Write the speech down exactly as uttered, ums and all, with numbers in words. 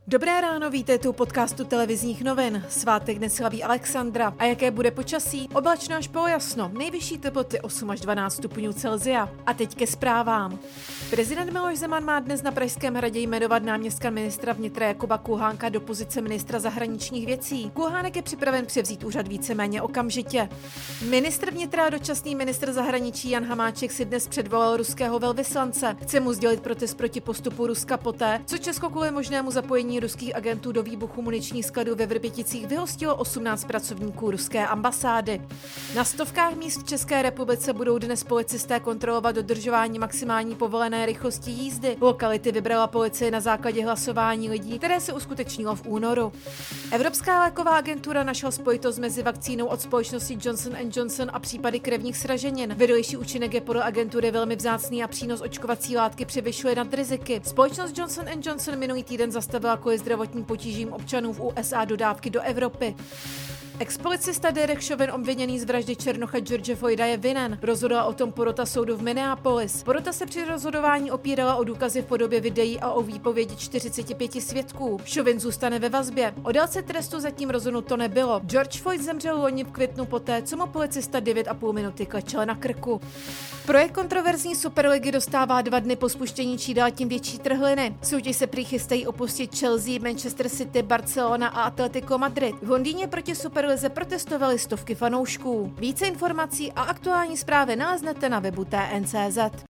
Dobré ráno, vítejte u podcastu televizních novin. Svátek dnes slaví Alexandra. A jaké bude počasí? Oblačno až polojasno. Nejvyšší teploty osm až dvanáct stupňů Celsia. A teď ke zprávám. Prezident Miloš Zeman má dnes na Pražském hradě jmenovat náměstka ministra vnitra Jakuba Kulhánka do pozice ministra zahraničních věcí. Kulhánek je připraven převzít úřad víceméně okamžitě. Ministr vnitra a dočasný ministr zahraničí Jan Hamáček si dnes předvolal ruského velvyslance. Chce mu sdělit protest proti postupu Ruska poté, co Česko kvůli možnému zapojení ruských agentů do výbuchu muničních skladů ve Vrběticích vyhostilo osmnáct pracovníků ruské ambasády. Na stovkách míst v České republice budou dnes policisté kontrolovat dodržování maximální povolené rychlosti jízdy. Lokality vybrala policie na základě hlasování lidí, které se uskutečnilo v únoru. Evropská léková agentura našla spojitost mezi vakcínou od společnosti Johnson and Johnson a případy krevních sraženin. Vedlejší účinek je podle agentury velmi vzácný a přínos očkovací látky převyšuje nad riziky. Společnost Johnson and Johnson minulý týden zastavila kvůli zdravotním potížím občanů v U S A dodávky do Evropy. Expolicista Derek Chauvin, obviněný z vraždy černocha George Floyda, je vinen. Rozhodla o tom porota soudu v Minneapolis. Porota se při rozhodování opírala o důkazy v podobě videí a o výpovědi čtyřiceti pěti svědků. Chauvin zůstane ve vazbě. O délce trestu zatím rozhodnuto nebylo. George Floyd zemřel loni v květnu poté, co mu policista devět a půl minuty klečel na krku. Projekt kontroverzní Superligy dostává dva dny po spuštění čím dál tím větší trhliny. Soutěž se prý chystají opustit Chelsea, Manchester City, Barcelona a Atletico Madrid. V Londýně proti Superlize protestovali stovky fanoušků. Více informací a aktuální zprávy naleznete na webu T N C Z.